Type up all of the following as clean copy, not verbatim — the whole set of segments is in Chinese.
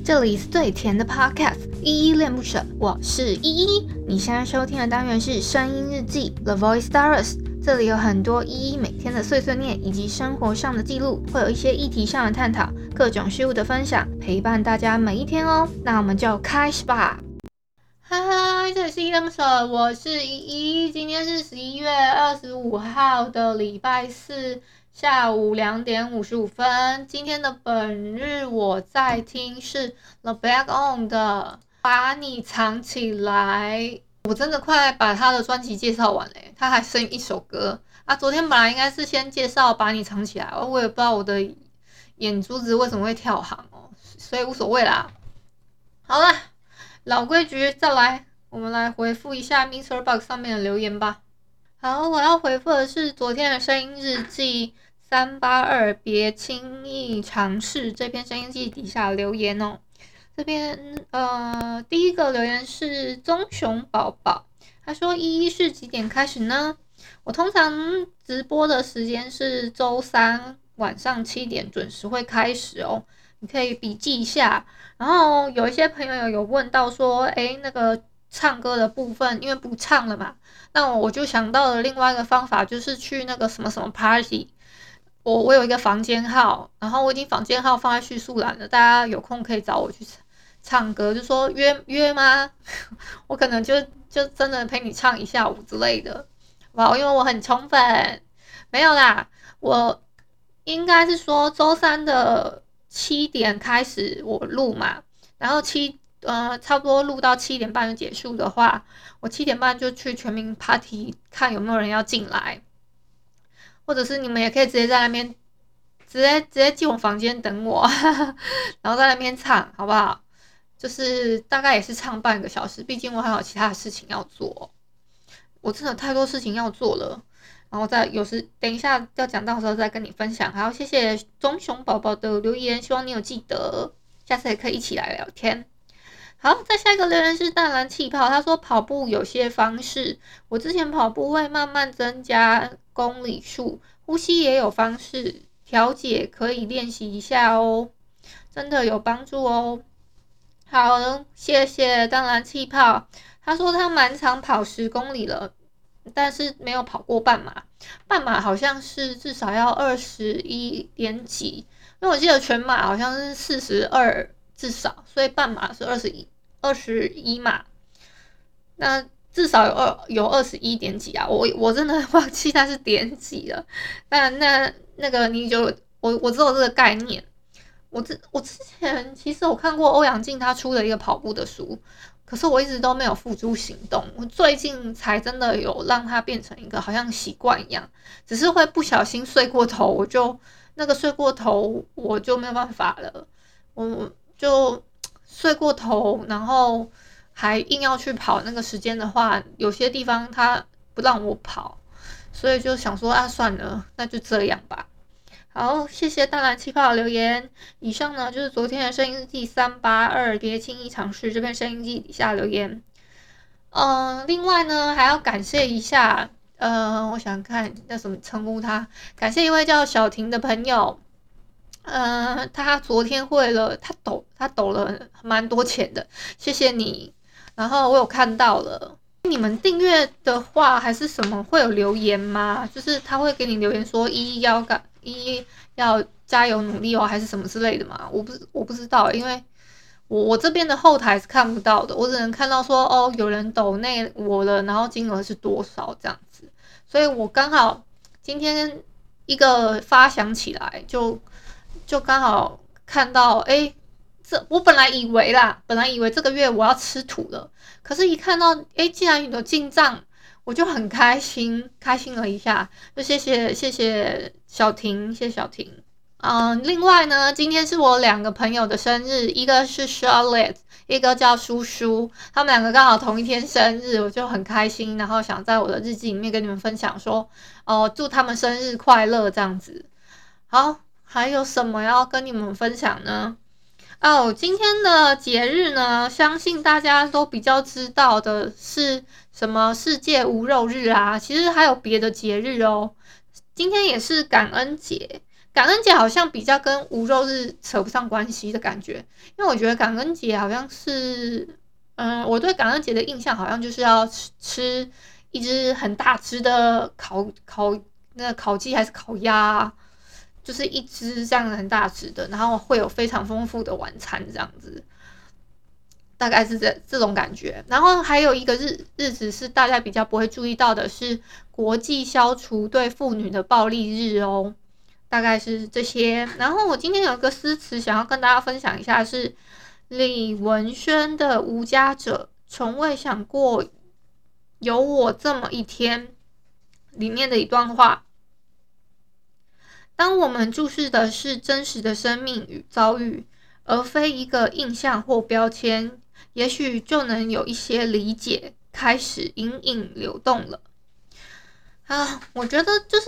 这里是最甜的 Podcast， 依依恋不舍，我是依依。你现在收听的单元是声音日记 The Voice Diaries， 这里有很多依依每天的碎碎念以及生活上的记录，会有一些议题上的探讨，各种事物的分享，陪伴大家每一天哦。那我们就开始吧。嗨，这里是依依恋不舍，我是依依。今天是11月25号的礼拜四。下午2点55分，今天的本日我在听是 The Black On 的把你藏起来。我真的快把他的专辑介绍完了，他还剩一首歌啊。昨天本来应该是先介绍把你藏起来，我也不知道我的眼珠子为什么会跳行哦，所以无所谓啦。好啦，老规矩，再来，我们来回复一下 MixerBox 上面的留言吧。好，我要回复的是昨天的声音日记382，别轻易尝试这篇声音记底下留言哦。这边第一个留言是棕熊宝宝，他说依依是几点开始呢？我通常直播的时间是周三晚上7点准时会开始哦，你可以笔记一下。然后有一些朋友有问到说，那个唱歌的部分因为不唱了嘛，那我就想到了另外一个方法，就是去那个什么什么 party， 我有一个房间号，然后我已经房间号放在叙述栏了，大家有空可以找我去唱歌，就说约吗？我可能就真的陪你唱一下午之类的，好不好？因为我很宠粉，没有啦，我应该是说周三的7点开始我录嘛，然后差不多录到7点半就结束的话，我7点半就去全民 party 看有没有人要进来，或者是你们也可以直接在那边直接进我房间等我然后在那边唱好不好？就是大概也是唱半个小时，毕竟我还有其他的事情要做，我真的太多事情要做了，然后等一下要讲到的时候再跟你分享。好，谢谢棕熊宝宝的留言，希望你有记得，下次也可以一起来聊天。好，再下一个留言是淡蓝气泡，他说跑步有些方式，我之前跑步会慢慢增加公里数，呼吸也有方式调节，可以练习一下哦，真的有帮助哦。好，谢谢淡蓝气泡，他说他蛮常跑10公里了，但是没有跑过半马，半马好像是至少要21点几，因为我记得全马好像是42至少，所以半马是21嘛，那至少有21点几啊，我真的忘记它是点几了，那个你就我只有这个概念。我之前其实我看过欧阳靖他出的一个跑步的书，可是我一直都没有付诸行动，我最近才真的有让它变成一个好像习惯一样，只是会不小心睡过头，那个睡过头我就没有办法了，我就睡过头，然后还硬要去跑那个时间的话，有些地方他不让我跑，所以就想说啊，算了，那就这样吧。好，谢谢淡蓝气泡的留言。以上呢就是昨天的声音日记382，别轻易尝试这篇声音记底下留言。另外呢还要感谢一下，我想看要怎么称呼他，感谢一位叫小婷的朋友。他昨天汇了，他抖了蛮多钱的，谢谢你。然后我有看到了。你们订阅的话还是什么会有留言吗？就是他会给你留言说依依要加油努力哦，还是什么之类的吗？我不知道，因为我这边的后台是看不到的，我只能看到说有人抖内我了，然后金额是多少这样子，所以我刚好今天一个发想起来，就刚好看到我本来以为这个月我要吃土了，可是一看到既然有进账，我就很开心了一下，就谢谢小婷，谢谢小婷。另外呢，今天是我2个朋友的生日，一个是 Charlotte， 一个叫叔叔，他们2个刚好同一天生日，我就很开心，然后想在我的日记里面跟你们分享说，祝他们生日快乐这样子。好，还有什么要跟你们分享呢？今天的节日呢，相信大家都比较知道的是什么世界无肉日啊，其实还有别的节日哦。今天也是感恩节， 感恩节好像比较跟无肉日扯不上关系的感觉，因为我觉得感恩节好像是，我对感恩节的印象好像就是要吃一只很大只的那个烤鸡还是烤鸭啊，就是一只这样很大只的，然后会有非常丰富的晚餐这样子。大概是这种感觉，然后还有一个日子是大家比较不会注意到的，是国际消除对妇女的暴力日哦，大概是这些。然后我今天有一个诗词想要跟大家分享一下，是李文轩的《无家者》，从未想过有我这么一天里面的一段话。当我们注视的是真实的生命与遭遇，而非一个印象或标签，也许就能有一些理解开始隐隐流动了。我觉得就是，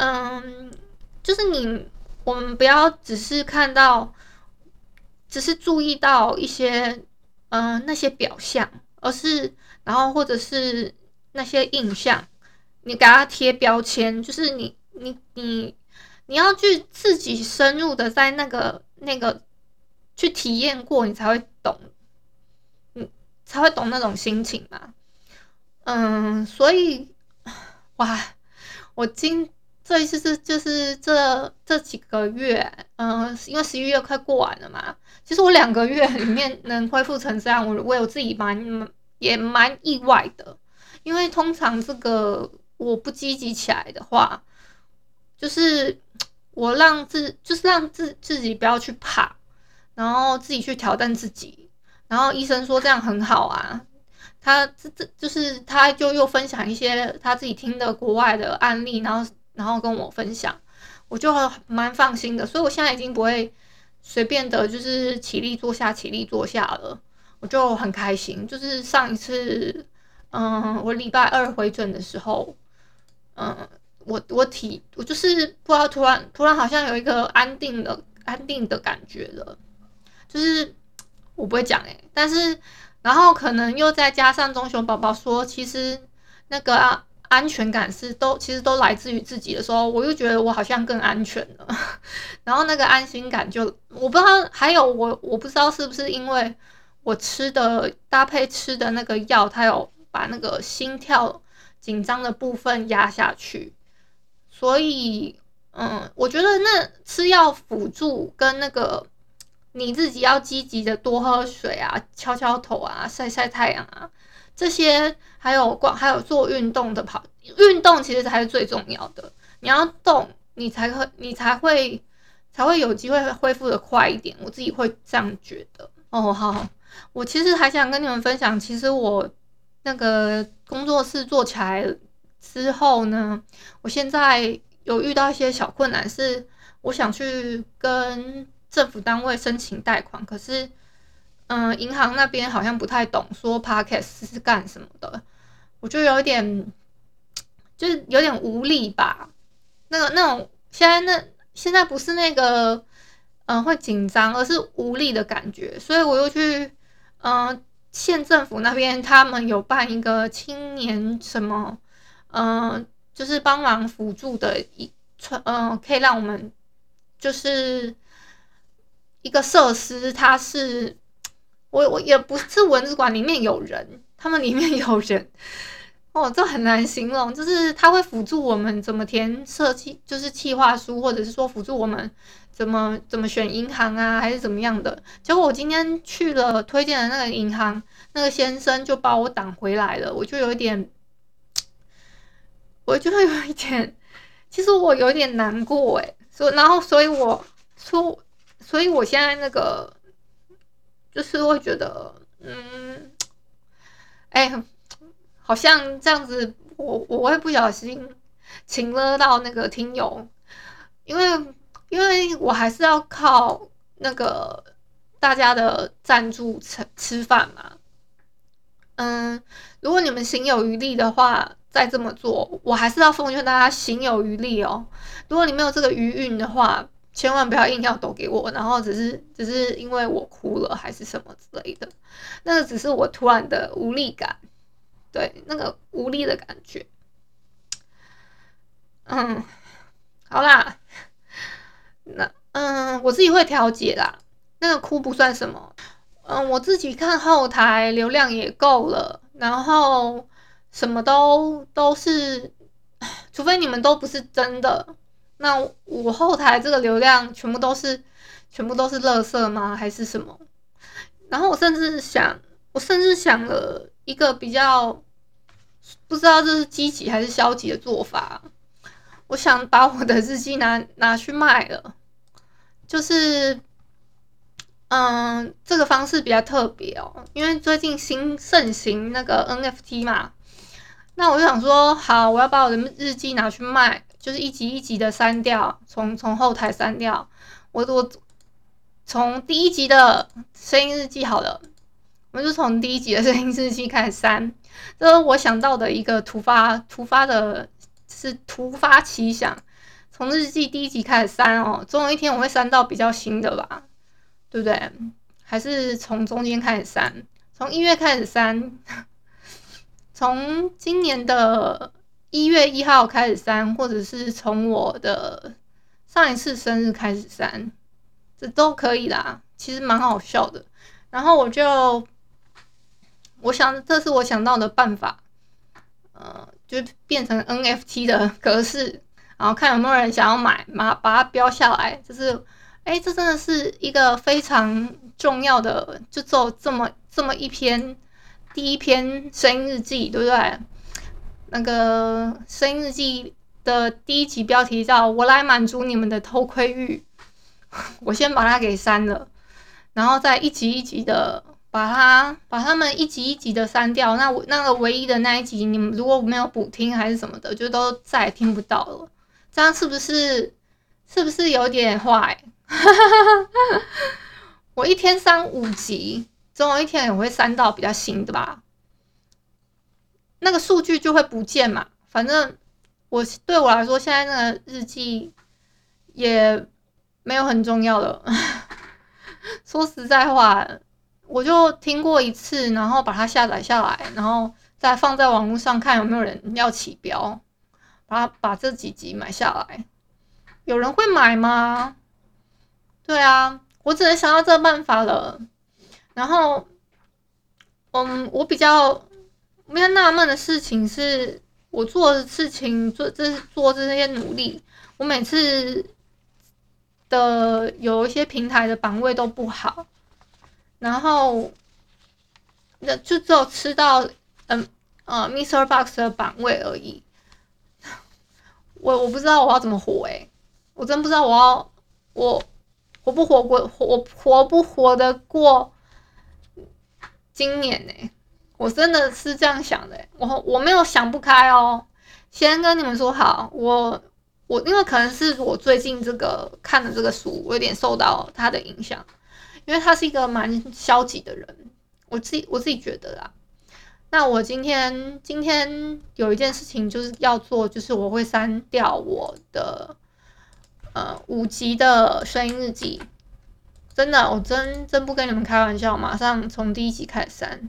就是我们不要只是看到，只是注意到一些，那些表象，然后或者是那些印象，你给它贴标签，就是你要去自己深入的在那个去体验过，你才会懂，才会懂那种心情嘛。所以哇，我这一次就是这几个月，因为11月快过完了嘛，其实我2个月里面能恢复成这样，我有自己也蛮意外的，因为通常这个我不积极起来的话，就是我就是让自己不要去怕，然后自己去挑战自己，然后医生说这样很好啊。就是他就又分享一些他自己听的国外的案例，然后跟我分享，我就蛮放心的，所以我现在已经不会随便的，就是起立坐下了，我就很开心。就是上一次，我礼拜2回诊的时候，我就是不知道突然好像有一个安定的感觉了，就是我不会讲但是然后可能又再加上中熊宝宝说，其实那个安全感其实都来自于自己的时候，我就觉得我好像更安全了，然后那个安心感我不知道，还有我不知道是不是因为我搭配吃的那个药，它有把那个心跳紧张的部分压下去，所以我觉得那吃药辅助跟那个你自己要积极的多喝水啊，敲敲头啊，晒晒太阳啊，这些还有做运动的运动其实才是最重要的。你要动，你才会有机会恢复的快一点。我自己会这样觉得。好，我其实还想跟你们分享，其实我那个工作室做起来之后呢，我现在有遇到一些小困难，是我想去跟政府单位申请贷款，可是，银行那边好像不太懂，说 Podcast 是干什么的，我就就是有点无力吧。那种现在不是那个，会紧张，而是无力的感觉，所以我又去，县政府那边他们有办一个青年什么，就是帮忙辅助的可以让我们就是一个设施，它是我也不是文字馆里面有人，他们里面有人这很难形容，就是他会辅助我们怎么填设计，就是企划书，或者是说辅助我们怎么选银行啊，还是怎么样的。结果我今天去了推荐的那个银行，那个先生就把我挡回来了，我就有一点，其实我有一点难过所以我现在那个就是会觉得，好像这样子，我会不小心请了到那个听友，因为我还是要靠那个大家的赞助吃饭嘛。如果你们行有余力的话，再这么做，我还是要奉劝大家行有余力哦。如果你没有这个余韵的话，千万不要硬要抖给我，然后只是因为我哭了还是什么之类的，那个只是我突然的无力感，对，那个无力的感觉。好啦， 我自己会调节啦，那个哭不算什么。我自己看后台流量也够了，然后什么都是，除非你们都不是真的，那我后台这个流量全部都是垃圾吗？还是什么？然后我甚至想了一个比较不知道这是积极还是消极的做法，我想把我的日记拿去卖了，就是这个方式比较特别哦，因为最近盛行那个 NFT 嘛，那我就想说，好，我要把我的日记拿去卖，就是一集一集的删掉，从后台删掉。我从第一集的声音日记好了，我就从第一集的声音日记开始删，这是我想到的一个突发奇想，从日记第一集开始删哦，总有一天我会删到比较新的吧。对不对？还是从中间开始删，从1月开始删，从今年的1月1号开始删，或者是从我的上一次生日开始删，这都可以啦。其实蛮好笑的。然后这是我想到的办法，就变成 NFT 的格式，然后看有没有人想要买，把它标下来，就是这真的是一个非常重要的，就只有这么一篇，第一篇声音日记，对不对？那个声音日记的第一集标题叫"我来满足你们的偷窥欲"，我先把它给删了，然后再一集一集的把他们一集一集的删掉。那个唯一的那一集，你们如果没有补听还是什么的，就都再也听不到了。这样是不是有点坏？我一天删5集，总有一天也会删到比较新的吧。那个数据就会不见嘛。反正对我来说，现在那个日记也没有很重要了。说实在话，我就听过一次，然后把它下载下来，然后再放在网络上看有没有人要起标，把这几集买下来。有人会买吗？对啊，我只能想到这个办法了。然后，我比较纳闷的事情是，我做的事情做这些努力，我每次的有一些平台的版位都不好，然后就只有吃到Mr. Box 的版位而已。我不知道我要怎么活我真不知道我活不活得过今年我真的是这样想的我没有想不开哦。先跟你们说好，我因为可能是我最近看的这个书，我有点受到他的影响，因为他是一个蛮消极的人，我自己觉得啦。那我今天有一件事情就是要做，就是我会删掉我的5集的声音日记，真的，我真不跟你们开玩笑，马上从第一集开始删，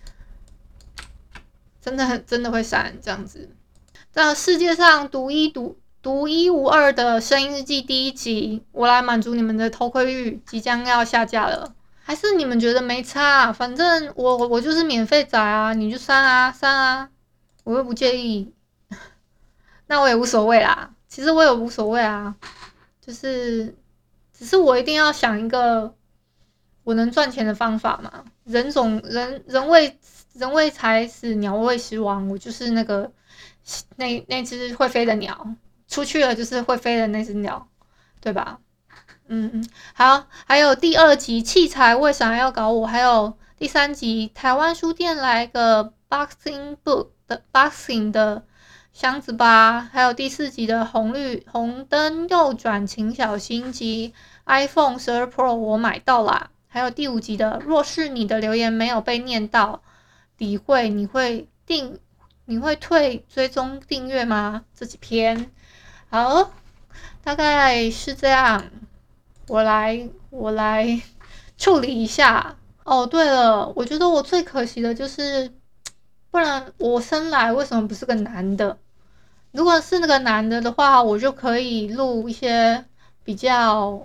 真的会删这样子。在世界上独一无二的声音日记第一集，我来满足你们的偷窥欲，即将要下架了。还是你们觉得没差反正我就是免费仔啊，你就删啊，我又不介意。那我也无所谓啦，其实我也无所谓啊，就是只是我一定要想一个我能赚钱的方法嘛。人为财死，鸟为食亡，我就是那只会飞的鸟，出去了就是会飞的那只鸟，对吧？好，还有第2集器材为啥要搞我，还有第3集台湾书店来个 boxing 的箱子吧，还有第4集的红灯右转请小心及 iPhone 12 Pro 我买到啦，还有第5集的若是你的留言没有被念到你会退追踪订阅吗？这几篇好，大概是这样。我来处理一下。哦，对了，我觉得我最可惜的就是，不然我生来为什么不是个男的？如果是那个男的的话，我就可以录一些比较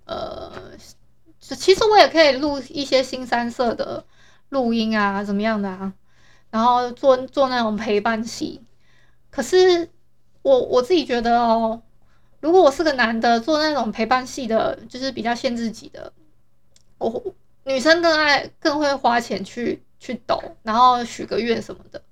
其实我也可以录一些新三色的录音啊，怎么样的啊，然后做那种陪伴戏。可是我自己觉得哦，如果我是个男的做那种陪伴戏的，就是比较限制级的，女生更会花钱去抖，然后许个愿什么的，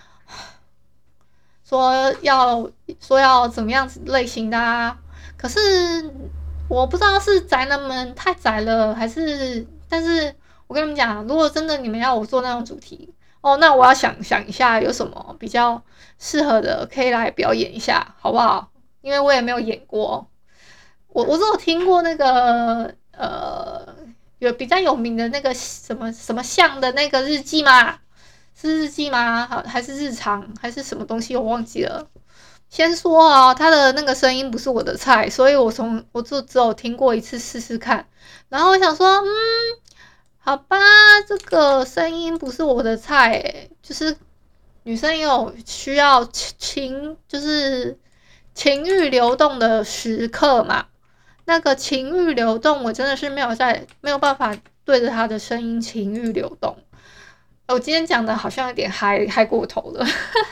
说要怎么样子类型的啊。可是我不知道是宅男们太宅了，但是我跟你们讲，如果真的你们要我做那种主题，哦，那我要想一下有什么比较适合的，可以来表演一下，好不好？因为我也没有演过，我只有听过那个有比较有名的那个什么什么像的那个日记嘛，是日记吗？好，还是日常，还是什么东西？我忘记了。先说啊，他的那个声音不是我的菜，所以我就只有听过一次试试看。然后我想说，好吧，这个声音不是我的菜，就是女生也有需要就是情欲流动的时刻嘛。那个情欲流动，我真的是没有办法对着他的声音情欲流动。我今天讲的好像有点嗨过头了，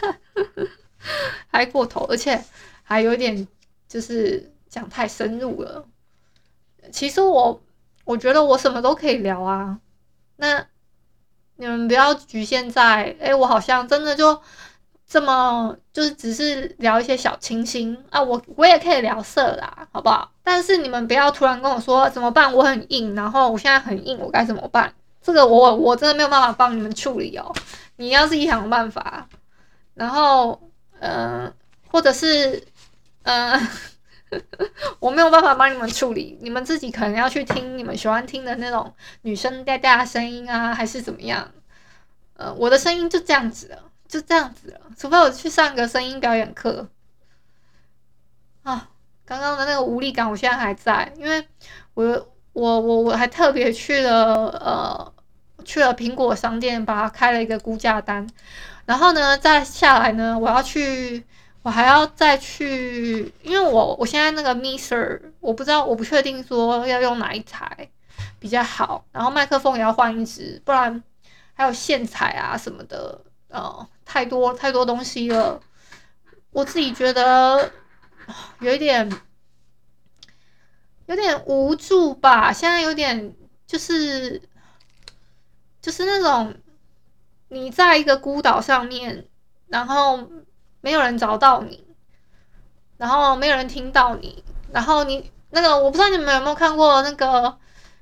嗨过头，而且还有点就是讲太深入了。其实我觉得我什么都可以聊啊，那你们不要局限在，我好像真的就这么就是只是聊一些小清新啊，我也可以聊色啦，好不好？但是你们不要突然跟我说怎么办，我很硬，然后我现在很硬，我该怎么办？这个我真的没有办法帮你们处理哦，你要自己想办法。然后或者是我没有办法帮你们处理，你们自己可能要去听你们喜欢听的那种女生嗲嗲的声音啊，还是怎么样？我的声音就这样子了，就这样子了，除非我去上个声音表演课啊。刚刚的那个无力感，我现在还在，因为我还特别去了苹果商店，把它开了一个估价单，然后呢，再下来呢，我还要再去，因为我现在那个 Mixer 我不知道，我不确定说要用哪一台比较好，然后麦克风也要换一支，不然还有线材啊什么的，太多东西了，我自己觉得有一点无助吧，现在有点就是那种你在一个孤岛上面，然后没有人找到你，然后没有人听到你，然后你那个我不知道你们有没有看过那个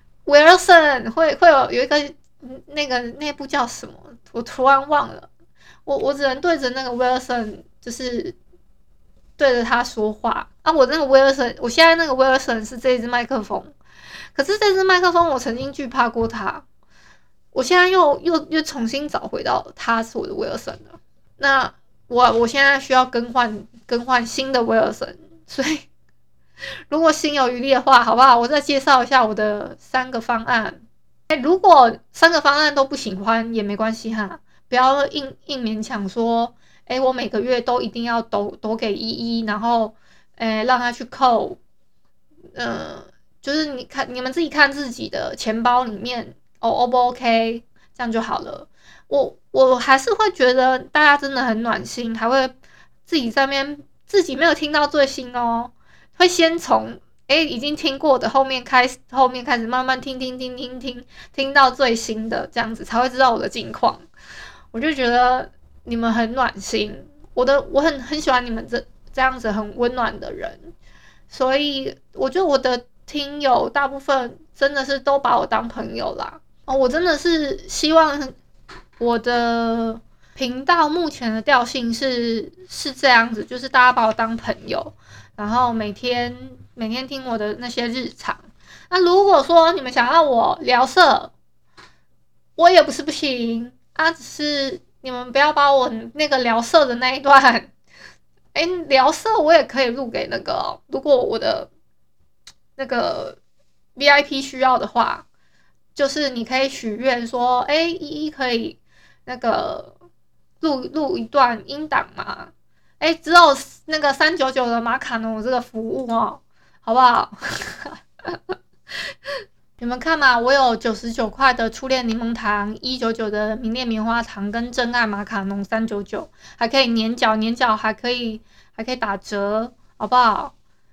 Wilson 会有一个那部叫什么，我突然忘了，我只能对着那个 Wilson 就是对着他说话啊，我现在那个 Wilson 是这一支麦克风，可是这支麦克风我曾经惧怕过它。我现在又重新找回到他是我的威尔森了。那我现在需要更换新的威尔森，所以如果心有余力的话，好不好？我再介绍一下我的3个方案。如果3个方案都不喜欢也没关系哈，不要硬勉强说，我每个月都一定要抖给依依，然后让他去扣，就是你们自己看自己的钱包里面。O 不 OK， 这样就好了。我还是会觉得大家真的很暖心，还会自己在那边自己没有听到最新哦，会先从已经听过的后面开始慢慢听到最新的，这样子才会知道我的近况。我就觉得你们很暖心，我很喜欢你们这样子很温暖的人，所以我觉得我的听友大部分真的是都把我当朋友啦。我真的是希望我的频道目前的调性是这样子，就是大家把我当朋友，然后每天听我的那些日常。那如果说你们想要我聊色，我也不是不行啊，只是你们不要把我那个聊色的那一段，聊色我也可以录给那个，如果我的那个 VIP 需要的话。就是你可以许愿说，依依可以那个录一段音档嘛？只有那个399的马卡侬这个服务哦， 好不好？你们看嘛，我有99块的初恋柠檬糖，199的明恋棉花糖跟真爱马卡龙399，还可以粘脚，还可以打折，好不好？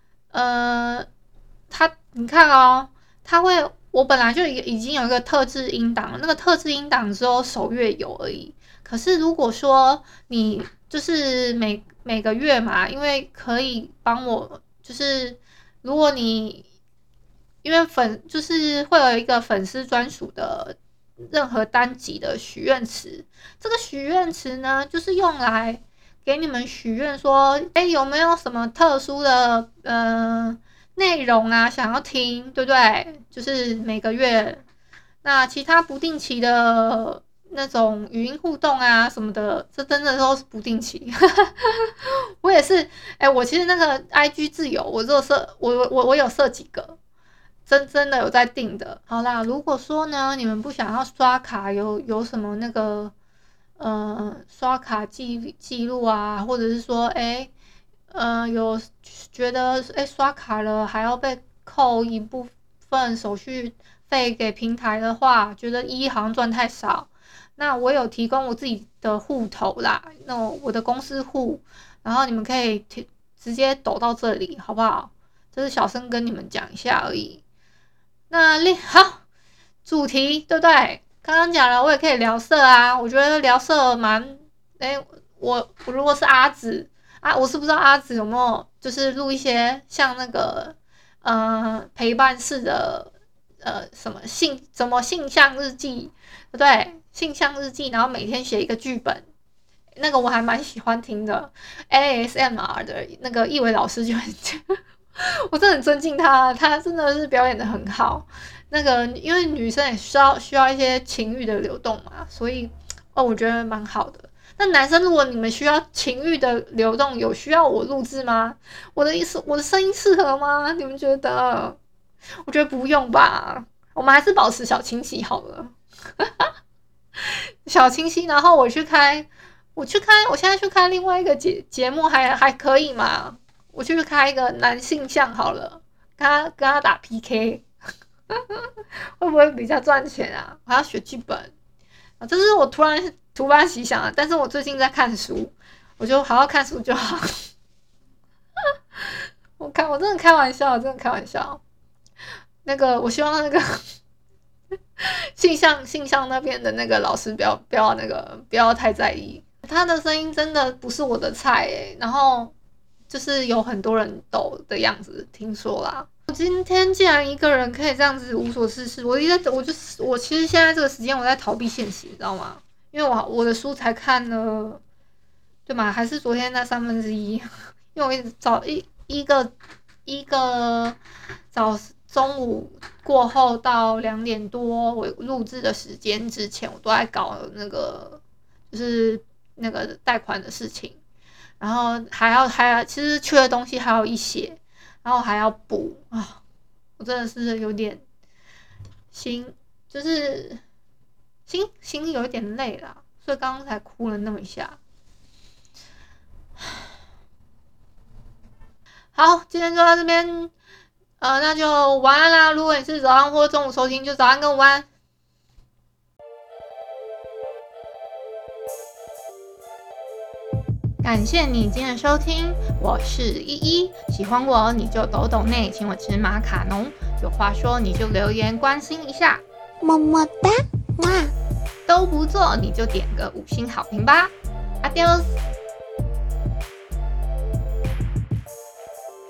你看哦，我本来就已经有一个特制音档，那个特制音档只有首月有而已。可是如果说你就是每个月嘛，因为可以帮我，就是如果你因为就是会有一个粉丝专属的任何单集的许愿池，这个许愿池呢，就是用来给你们许愿说，有没有什么特殊的内容啊想要听，对不对？就是每个月，那其他不定期的那种语音互动啊什么的，这真的都是不定期。我也是，我其实那个 IG 自由，我有设几个。真的有在订的。好啦，如果说呢，你们不想要刷卡，有什么那个刷卡记录啊，或者是说有觉得刷卡了还要被扣一部分手续费给平台的话，觉得好像赚太少，那我有提供我自己的户头啦，那我的公司户，然后你们可以直接抖到这里，好不好？这是小声跟你们讲一下而已。那好，主题对不对？刚刚讲了，我也可以聊色啊。我觉得聊色我如果是阿紫啊，我是不知道阿紫有没有就是录一些像那个陪伴式的什么性向日记，对不对？性向日记，然后每天写一个剧本，那个我还蛮喜欢听的。ASMR 的那个易伟老师就很我真的很尊敬他，他真的是表演得很好。那个因为女生也需要一些情欲的流动嘛，所以我觉得蛮好的。那男生如果你们需要情欲的流动，有需要我录制吗？我的意思，我的声音适合吗？你们觉得？我觉得不用吧，我们还是保持小清新好了。小清新，然后我现在去开另外一个节目还可以嘛？我去开一个男性向好了，跟他打 PK， 会不会比较赚钱啊？我要学剧本啊，这是我突发奇想的，但是我最近在看书，我就好好看书就好。我真的开玩笑，真的开玩笑。那个，我希望那个性向那边的那个老师不要太在意，他的声音真的不是我的菜然后就是有很多人抖的样子，听说啦。我今天竟然一个人可以这样子无所事事，我其实现在这个时间我在逃避现实，你知道吗？因为我的书才看了，对吗？还是昨天那1/3，因为我一直找一个中午过后到2点多我录制的时间之前，我都在搞那个就是那个贷款的事情，然后还要其实缺的东西还有一些，然后还要补啊，我真的是有点心有一点累啦，所以刚刚才哭了那么一下。好，今天就到这边，那就晚安啦。如果你是早上或中午收听，就早安跟午安。感谢你今天的收听，我是依依。喜欢我你就抖内，请我吃马卡龙。有话说你就留言关心一下， 么么哒，哇！ 都不做你就点个5星好评吧。Adios。